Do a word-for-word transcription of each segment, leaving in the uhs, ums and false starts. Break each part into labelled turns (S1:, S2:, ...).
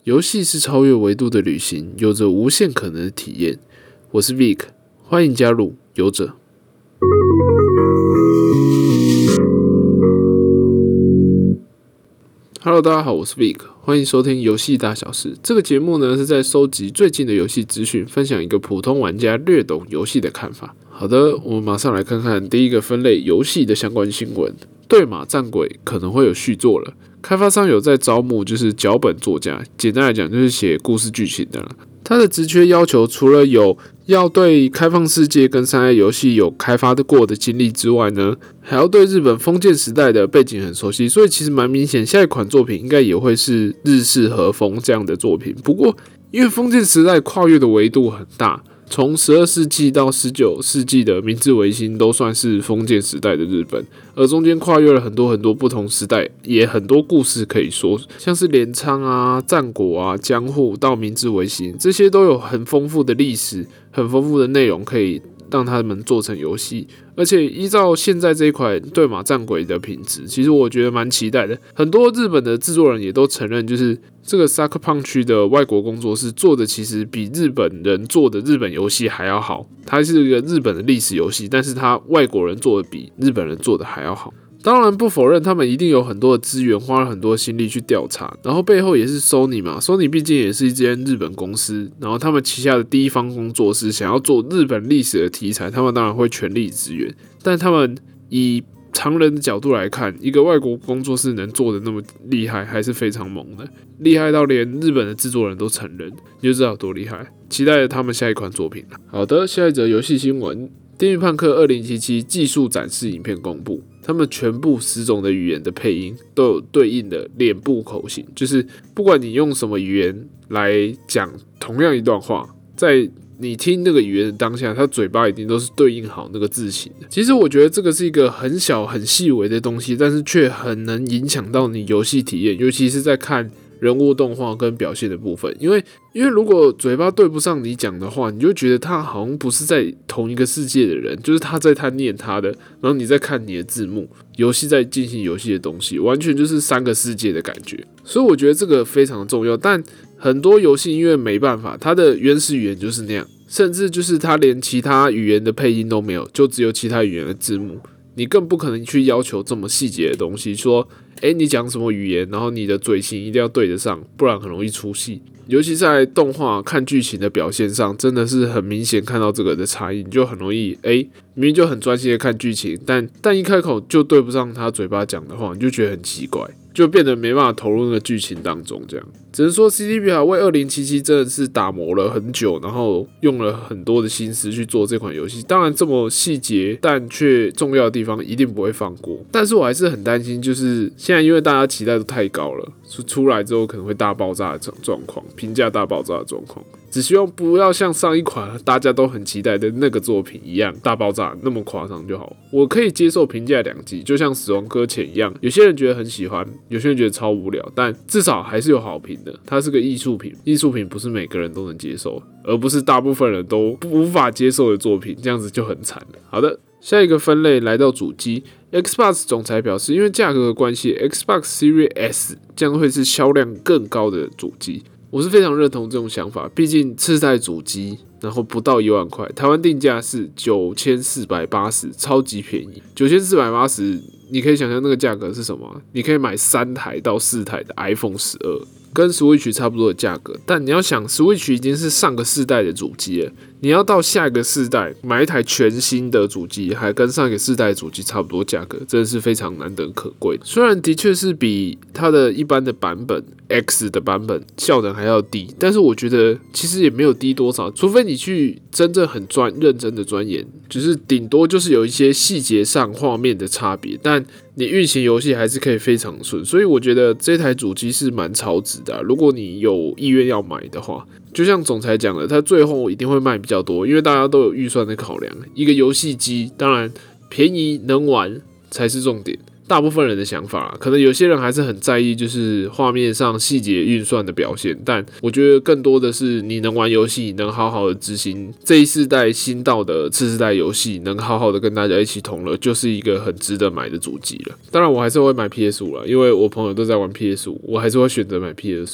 S1: 游戏是超越维度的旅行，有着无限可能的体验。我是 Vic， 欢迎加入游者。Hello， 大家好，我是 Vic， 欢迎收听游戏大小事。这个节目呢是在收集最近的游戏资讯，分享一个普通玩家略懂游戏的看法。好的，我们马上来看看第一个分类游戏的相关新闻。对马战鬼可能会有续作了，开发商有在招募就是脚本作家，简单来讲就是写故事剧情的啦。他的职缺要求除了有要对开放世界跟三 A 游戏有开发过的经历之外呢，还要对日本封建时代的背景很熟悉，所以其实蛮明显，下一款作品应该也会是日式和风这样的作品。不过，因为封建时代跨越的维度很大，从十二世纪到十九世纪的明治维新都算是封建时代的日本，而中间跨越了很多很多不同时代，也很多故事可以说，像是镰仓啊、战国啊、江户到明治维新，这些都有很丰富的历史、很丰富的内容可以让他们做成游戏。而且依照现在这一款对马战鬼的品质，其实我觉得蛮期待的。很多日本的制作人也都承认，就是这个 Sucker Punch 的外国工作室做的其实比日本人做的日本游戏还要好。它是一个日本的历史游戏，但是它外国人做的比日本人做的还要好。当然不否认他们一定有很多的资源，花了很多心力去调查，然后背后也是 Sony 嘛 ，Sony 毕竟也是一间日本公司，然后他们旗下的第一方工作室想要做日本历史的题材，他们当然会全力支援。但他们以常人的角度来看，一个外国工作室能做的那么厉害，还是非常猛的，厉害到连日本的制作人都承认，你就知道有多厉害。期待他们下一款作品。好的，下一则游戏新闻。电狱判客二零七七技术展示影片公布，他们全部十种的语言的配音都有对应的脸部口型，就是不管你用什么语言来讲同样一段话，在你听那个语言的当下，他嘴巴一定都是对应好那个字形的。其实我觉得这个是一个很小很细微的东西，但是却很能影响到你游戏体验，尤其是在看人物动画跟表现的部分，因为因为如果嘴巴对不上你讲的话，你就觉得他好像不是在同一个世界的人，就是他在他念他的，然后你在看你的字幕，游戏在进行游戏的东西，完全就是三个世界的感觉。所以我觉得这个非常重要，但很多游戏因为没办法，它的原始语言就是那样，甚至就是它连其他语言的配音都没有，就只有其他语言的字幕。你更不可能去要求这么细节的东西，说，哎，你讲什么语言，然后你的嘴型一定要对得上，不然很容易出戏。尤其在动画看剧情的表现上，真的是很明显看到这个的差异，你就很容易，哎，明明就很专心的看剧情，但但一开口就对不上他嘴巴讲的话，你就觉得很奇怪，就变得没办法投入那个剧情当中。这样，只能说 C D P R 为二零七七真的是打磨了很久，然后用了很多的心思去做这款游戏。当然，这么细节但却重要的地方一定不会放过。但是我还是很担心，就是现在因为大家期待都太高了，出来之后可能会大爆炸的状况，评价大爆炸的状况。只希望不要像上一款大家都很期待的那个作品一样大爆炸那么夸张就好。我可以接受评价两极，就像死亡搁浅一样，有些人觉得很喜欢，有些人觉得超无聊，但至少还是有好评的。它是个艺术品，艺术品不是每个人都能接受，而不是大部分人都无法接受的作品，这样子就很惨了。好的，下一个分类来到主机。Xbox 总裁表示，因为价格的关系 ，Xbox Series S 将会是销量更高的主机。我是非常认同这种想法，毕竟次世代主机，然后不到一万块，台湾定价是九千四百八十，超级便宜。九千四百八十，你可以想象那个价格是什么？你可以买三台到四台的 iPhone 十二，跟 Switch 差不多的价格。但你要想 ，Switch 已经是上个世代的主机了，你要到下一个世代买一台全新的主机，还跟上一个世代的主机差不多价格，真的是非常难得可贵的。虽然的确是比它的一般的版本 X 的版本效能还要低，但是我觉得其实也没有低多少，除非你去真正很专认真的钻研，就是顶多就是有一些细节上画面的差别，但你运行游戏还是可以非常顺。所以我觉得这台主机是蛮超值的啊，如果你有意愿要买的话。就像总裁讲的，它最后一定会卖比较多，因为大家都有预算的考量。一个游戏机，当然便宜能玩才是重点。大部分人的想法，可能有些人还是很在意，就是画面上细节运算的表现。但我觉得更多的是你能玩游戏，能好好的执行这一世代新到的次世代游戏，能好好的跟大家一起同乐，就是一个很值得买的主机了。当然，我还是会买 P S 五 啦，因为我朋友都在玩 P S 五，我还是会选择买 P S 五。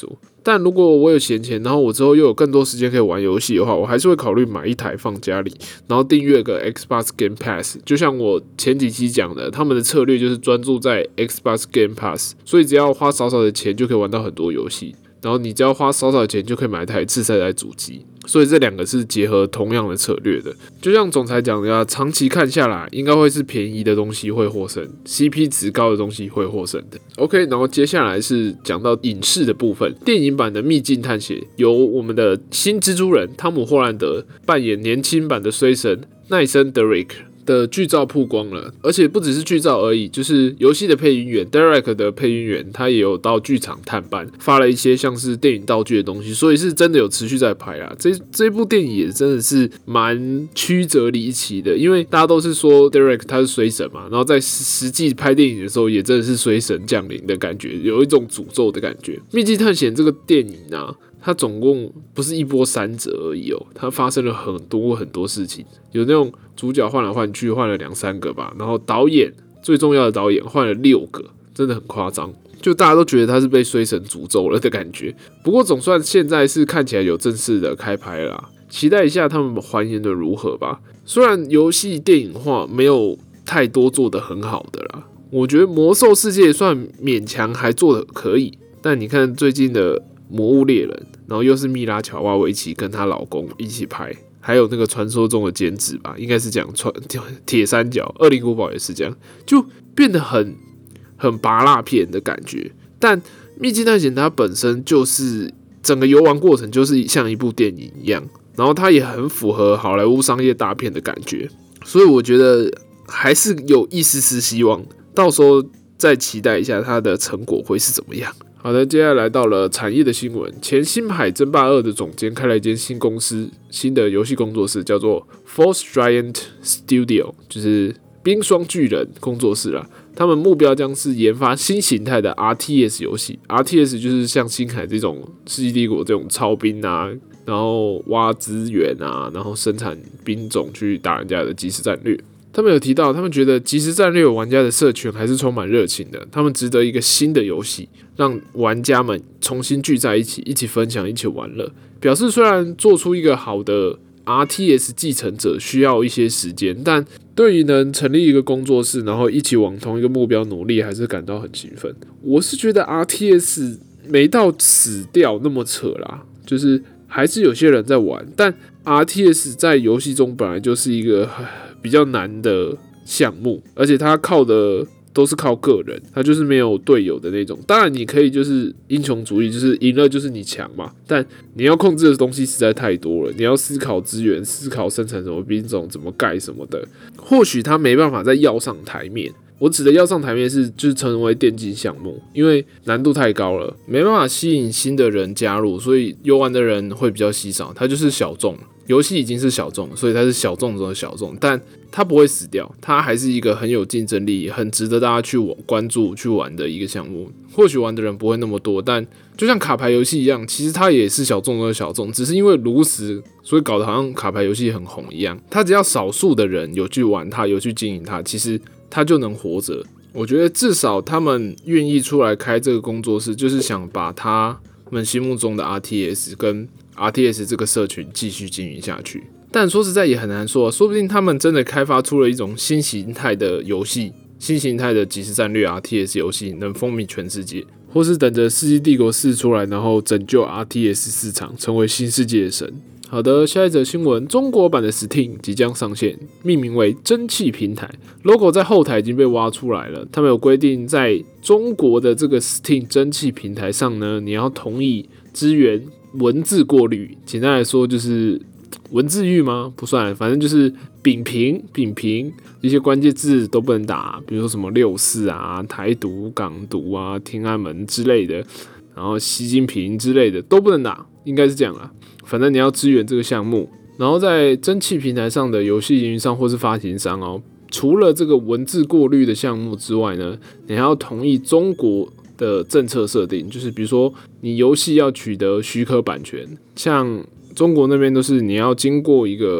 S1: 但如果我有闲钱，然后我之后又有更多时间可以玩游戏的话，我还是会考虑买一台放家里，然后订阅个 Xbox Game Pass。就像我前几期讲的，他们的策略就是专注在 Xbox Game Pass， 所以只要花少少的钱就可以玩到很多游戏。然后你只要花少少的钱就可以买一台次世代主机，所以这两个是结合同样的策略的。就像总裁讲的啊，长期看下来，应该会是便宜的东西会获胜 ，C P 值高的东西会获胜的。OK， 然后接下来是讲到影视的部分，电影版的《秘境探险》由我们的新蜘蛛人汤姆·霍兰德扮演年轻版的衰神奈森·德瑞克的剧照曝光了，而且不只是剧照而已，就是游戏的配音员 Derek 的配音员，他也有到剧场探班，发了一些像是电影道具的东西，所以是真的有持续在拍啊。这这部电影也真的是蛮曲折离奇的，因为大家都是说 Derek 他是衰神嘛，然后在实际拍电影的时候，也真的是衰神降临的感觉，有一种诅咒的感觉。秘境探险这个电影啊，它总共不是一波三折而已哦，它发生了很多很多事情，有那种主角换来换去，换了两三个吧，然后导演最重要的导演换了六个，真的很夸张，就大家都觉得他是被衰神诅咒了的感觉。不过总算现在是看起来有正式的开拍了啦，期待一下他们还原的如何吧。虽然游戏电影化没有太多做得很好的啦，我觉得魔兽世界算勉强还做得可以，但你看最近的魔物猎人，然后又是蜜拉乔瓦维奇跟她老公一起拍，还有那个传说中的监制吧，应该是讲铁三角，恶灵古堡也是这样，就变得很很拔辣片的感觉。但秘境探险它本身就是整个游玩过程就是像一部电影一样，然后它也很符合好莱坞商业大片的感觉，所以我觉得还是有一丝丝希望，到时候再期待一下它的成果会是怎么样。好的，接下来到了产业的新闻。前星海争霸二的总监开了一间新公司，新的游戏工作室，叫做 Force Giant Studio， 就是冰霜巨人工作室啦。他们目标将是研发新形态的 R T S 游戏 ，R T S 就是像星海这种世纪帝国这种超兵啊，然后挖资源啊，然后生产兵种去打人家的即时战略。他们有提到，他们觉得即时战略玩家的社群还是充满热情的，他们值得一个新的游戏，让玩家们重新聚在一起，一起分享，一起玩乐。表示虽然做出一个好的 R T S 继承者需要一些时间，但对于能成立一个工作室，然后一起往同一个目标努力，还是感到很兴奋。我是觉得 R T S 没到死掉那么扯啦，就是还是有些人在玩，但 R T S 在游戏中本来就是一个比较难的项目，而且它靠的都是靠个人，它就是没有队友的那种。当然你可以就是英雄主义，就是赢了就是你强嘛，但你要控制的东西实在太多了，你要思考资源，思考生产什么兵种，怎么盖什么的，或许它没办法再要上台面。我指的要上台面是就是成为电竞项目，因为难度太高了，没办法吸引新的人加入，所以游玩的人会比较稀少，它就是小众。游戏已经是小众，所以它是小众中的小众，但它不会死掉，它还是一个很有竞争力、很值得大家去关注、去玩的一个项目。或许玩的人不会那么多，但就像卡牌游戏一样，其实它也是小众中的小众，只是因为如此，所以搞得好像卡牌游戏很红一样。它只要少数的人有去玩它、有去经营它，其实它就能活着。我觉得至少他们愿意出来开这个工作室，就是想把他们心目中的 R T S 跟R T S 这个社群继续经营下去，但说实在也很难说，说不定他们真的开发出了一种新形态的游戏，新形态的即时战略 R T S 游戏能风靡全世界，或是等着《世纪帝国四》出来，然后拯救 R T S 市场，成为新世界的神。好的，下一则新闻，中国版的 Steam 即将上线，命名为蒸汽平台 ，logo 在后台已经被挖出来了。他们有规定，在中国的这个 Steam 蒸汽平台上呢，你要同意支援文字过滤，简单来说就是文字狱吗？不算，反正就是丙评、丙评一些关键字都不能打，比如说什么六四啊、台独、港独啊、天安门之类的，然后习近平之类的都不能打，应该是这样啦。反正你要支援这个项目，然后在蒸汽平台上的游戏营运商或是发行商哦，除了这个文字过滤的项目之外呢，你还要同意中国的政策设定，就是比如说你游戏要取得许可版权，像中国那边都是你要经过一个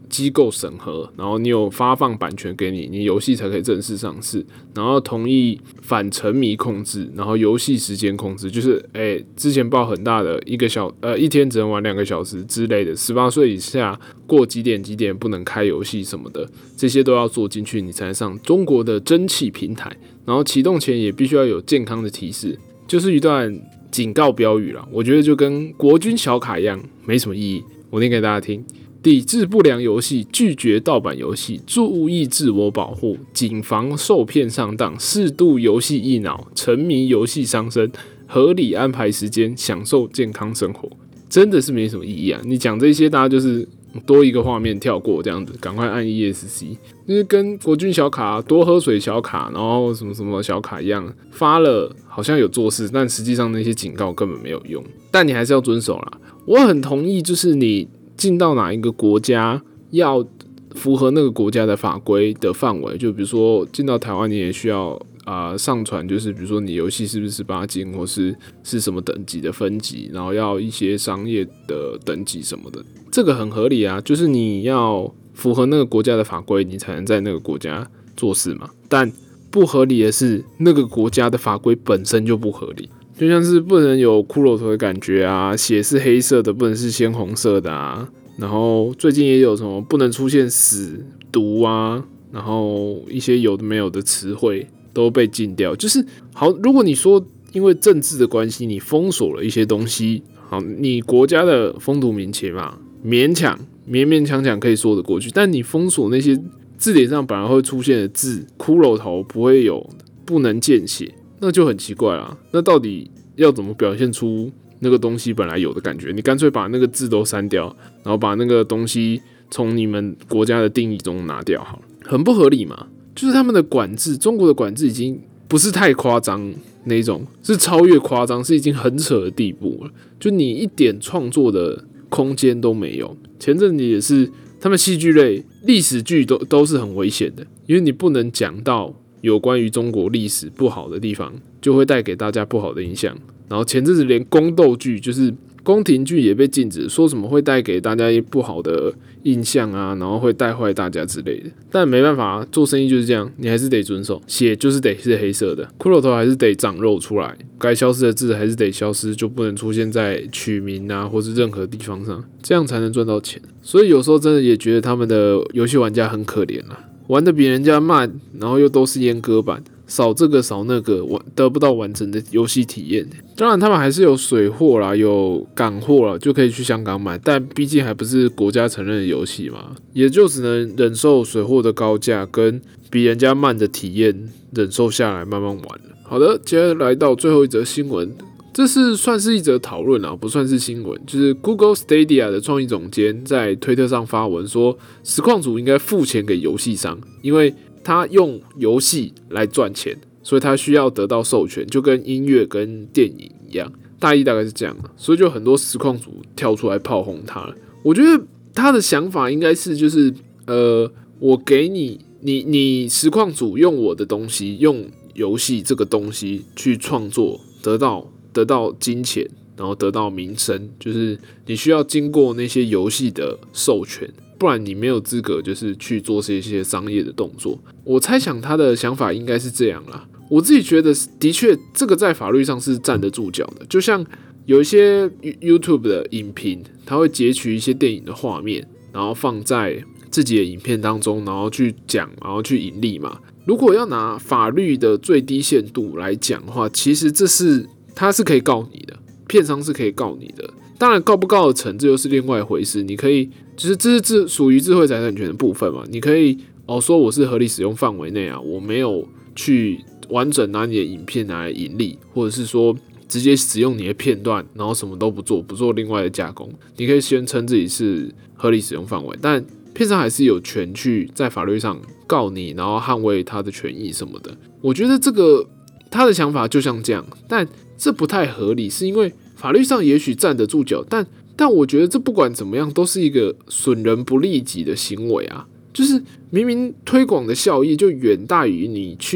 S1: 机构审核，然后你有发放版权给你，你游戏才可以正式上市，然后同意反沉迷控制，然后游戏时间控制，就是诶、欸、之前报很大的一个小呃一天只能玩两个小时之类的，十八岁以下过几点几点不能开游戏什么的，这些都要做进去，你才能上中国的蒸汽平台。然后启动前也必须要有健康的提示，就是一段警告标语啦。我觉得就跟国军小卡一样，没什么意义。我念给大家听。抵制不良游戏，拒绝盗版游戏，注意自我保护，谨防受骗上当，适度游戏益脑，沉迷游戏伤身，合理安排时间，享受健康生活。真的是没什么意义啊！你讲这些，大家就是多一个画面跳过这样子，赶快按 E S C， 就是跟国军小卡、多喝水小卡，然后什么什么小卡一样，发了好像有做事，但实际上那些警告根本没有用。但你还是要遵守啦。我很同意，就是你进到哪一个国家要符合那个国家的法规的范围，就比如说进到台湾，你也需要啊、呃、上传，就是比如说你游戏是不是十八禁，或是是什么等级的分级，然后要一些商业的等级什么的，这个很合理啊。就是你要符合那个国家的法规，你才能在那个国家做事嘛。但不合理的是，那个国家的法规本身就不合理。就像是不能有骷髅头的感觉啊，血是黑色的，不能是鲜红色的啊。然后最近也有什么不能出现死、毒啊，然后一些有的没有的词汇都被禁掉。就是好，如果你说因为政治的关系，你封锁了一些东西，好，你国家的风土民情嘛，勉强勉勉强强可以说得过去。但你封锁那些字典上本来会出现的字，骷髅头不会有，不能见血。那就很奇怪啦，那到底要怎么表现出那个东西本来有的感觉？你干脆把那个字都删掉，然后把那个东西从你们国家的定义中拿掉好了，很不合理嘛。就是他们的管制，中国的管制已经不是太夸张那种，是超越夸张，是已经很扯的地步了。就你一点创作的空间都没有。前阵子也是，他们戏剧类、历史剧都都是很危险的，因为你不能讲到有关于中国历史不好的地方，就会带给大家不好的影响。然后前阵子连宫斗剧，就是宫廷剧也被禁止，说什么会带给大家不好的印象啊，然后会带坏大家之类的。但没办法，做生意就是这样，你还是得遵守，血就是得是黑色的，骷髅头还是得长肉出来，该消失的字还是得消失，就不能出现在取名啊或是任何地方上，这样才能赚到钱。所以有时候真的也觉得他们的游戏玩家很可怜啦。玩的比人家慢，然后又都是阉割版，少这个少那个，得不到完整的游戏体验。当然，他们还是有水货啦，有港货啦，就可以去香港买。但毕竟还不是国家承认的游戏嘛，也就只能忍受水货的高价跟比人家慢的体验，忍受下来慢慢玩了。好的，接下来到最后一则新闻。这是算是一则讨论啊，不算是新闻。就是 Google Stadia 的创意总监在推特上发文说，实况组应该付钱给游戏商，因为他用游戏来赚钱，所以他需要得到授权，就跟音乐跟电影一样。大意大概是这样啊，所以就很多实况组跳出来炮轰他了。我觉得他的想法应该是就是，呃，我给你，你你实况组用我的东西，用游戏这个东西去创作，得到。得到金钱，然后得到名声，就是你需要经过那些游戏的授权，不然你没有资格就是去做这些商业的动作。我猜想他的想法应该是这样啦。我自己觉得的确这个在法律上是站得住脚的，就像有一些 YouTube 的影评，他会截取一些电影的画面，然后放在自己的影片当中，然后去讲，然后去盈利嘛。如果要拿法律的最低限度来讲的话，其实这是他是可以告你的，片商是可以告你的。当然，告不告得成，这又是另外一回事。你可以，就是这是属于智慧财产权的部分嘛？你可以哦说我是合理使用范围内啊，我没有去完整拿你的影片拿来盈利，或者是说直接使用你的片段，然后什么都不做，不做另外的加工。你可以宣称自己是合理使用范围，但片商还是有权去在法律上告你，然后捍卫他的权益什么的。我觉得这个他的想法就像这样，但这不太合理，是因为法律上也许站得住脚，但但我觉得这不管怎么样都是一个损人不利己的行为啊！就是明明推广的效益就远大于你去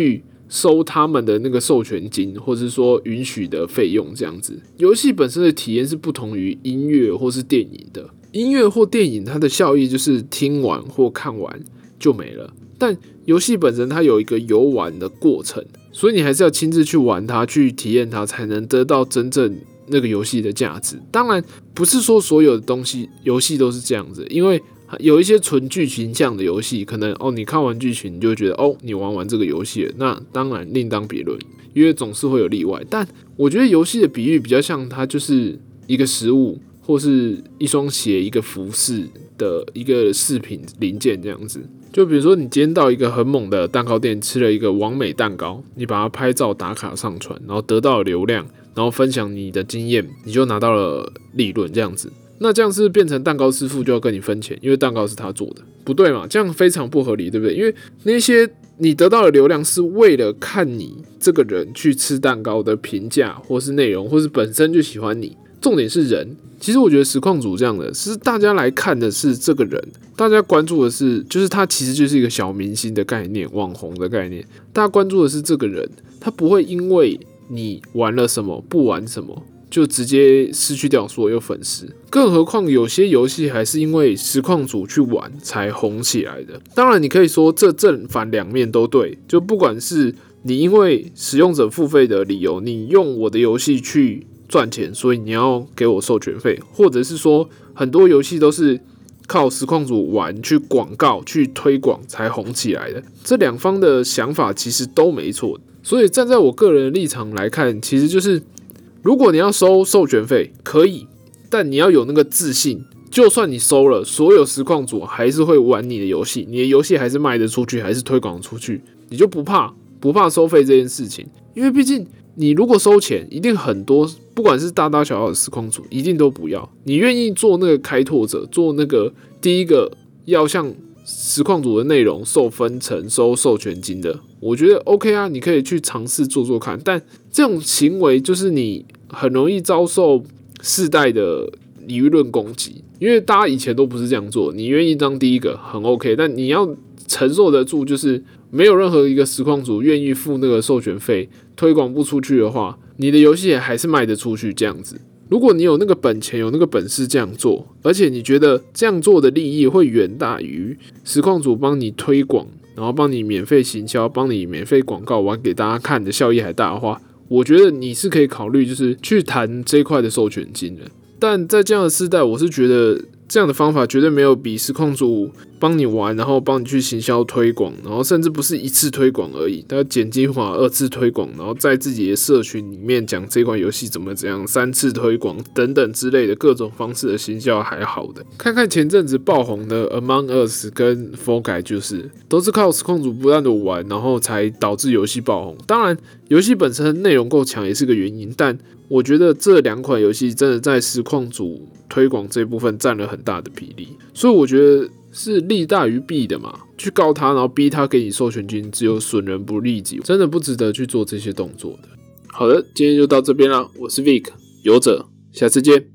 S1: 收他们的那个授权金，或是说允许的费用这样子。游戏本身的体验是不同于音乐或是电影的，音乐或电影它的效益就是听完或看完就没了，但游戏本身它有一个游玩的过程，所以你还是要亲自去玩它，去体验它，才能得到真正那个游戏的价值。当然不是说所有的东西游戏都是这样子，因为有一些纯剧情向的游戏，可能哦你看完剧情你就会觉得哦你玩完这个游戏了，那当然另当别论，因为总是会有例外。但我觉得游戏的比喻比较像它就是一个食物，或是一双鞋、一个服饰的一个饰品零件这样子。就比如说你今天到一个很猛的蛋糕店吃了一个完美蛋糕，你把它拍照打卡上传，然后得到了流量，然后分享你的经验，你就拿到了利润这样子。那这样是变成蛋糕师傅就要跟你分钱，因为蛋糕是他做的，不对嘛？这样非常不合理，对不对？因为那些你得到的流量是为了看你这个人去吃蛋糕的评价，或是内容，或是本身就喜欢你。重点是人。其实我觉得实况组这样的，是大家来看的是这个人，大家关注的是，就是他其实就是一个小明星的概念，网红的概念。大家关注的是这个人，他不会因为你玩了什么，不玩什么，就直接失去掉所有粉丝。更何况有些游戏还是因为实况组去玩才红起来的。当然，你可以说这正反两面都对，就不管是你因为使用者付费的理由，你用我的游戏去赚钱，所以你要给我授权费，或者是说很多游戏都是靠实况组玩去广告去推广才红起来的。这两方的想法其实都没错，所以站在我个人的立场来看，其实就是如果你要收授权费可以，但你要有那个自信，就算你收了，所有实况组还是会玩你的游戏，你的游戏还是卖得出去，还是推广出去，你就不怕不怕收费这件事情。因为毕竟你如果收钱，一定很多，不管是大大小小的实况组，一定都不要。你愿意做那个开拓者，做那个第一个要向实况组的内容受分成、收授权金的，我觉得 OK 啊，你可以去尝试做做看。但这种行为就是你很容易遭受世代的舆论攻击，因为大家以前都不是这样做。你愿意当第一个很 OK， 但你要承受得住，就是没有任何一个实况组愿意付那个授权费，推广不出去的话，你的游戏也还是卖得出去这样子。如果你有那个本钱，有那个本事这样做，而且你觉得这样做的利益会远大于实况组帮你推广，然后帮你免费行销，帮你免费广告玩给大家看的效益还大的话，我觉得你是可以考虑就是去谈这一块的授权金的。但在这样的时代，我是觉得这样的方法绝对没有比实况组帮你玩，然后帮你去行销推广，然后甚至不是一次推广而已，它剪精华二次推广，然后在自己的社群里面讲这款游戏怎么怎样，三次推广等等之类的各种方式的行销还好的。看看前阵子爆红的 Among Us 跟 Fall Guys， 就是都是靠实况组不断的玩，然后才导致游戏爆红。当然，游戏本身内容够强也是个原因，但我觉得这两款游戏真的在实况组推广这部分占了很大的比例，所以我觉得是利大于弊的嘛。去告他，然后逼他给你授权金，只有损人不利己，真的不值得去做这些动作的。好的，今天就到这边啦，我是 Vic 游者，下次见。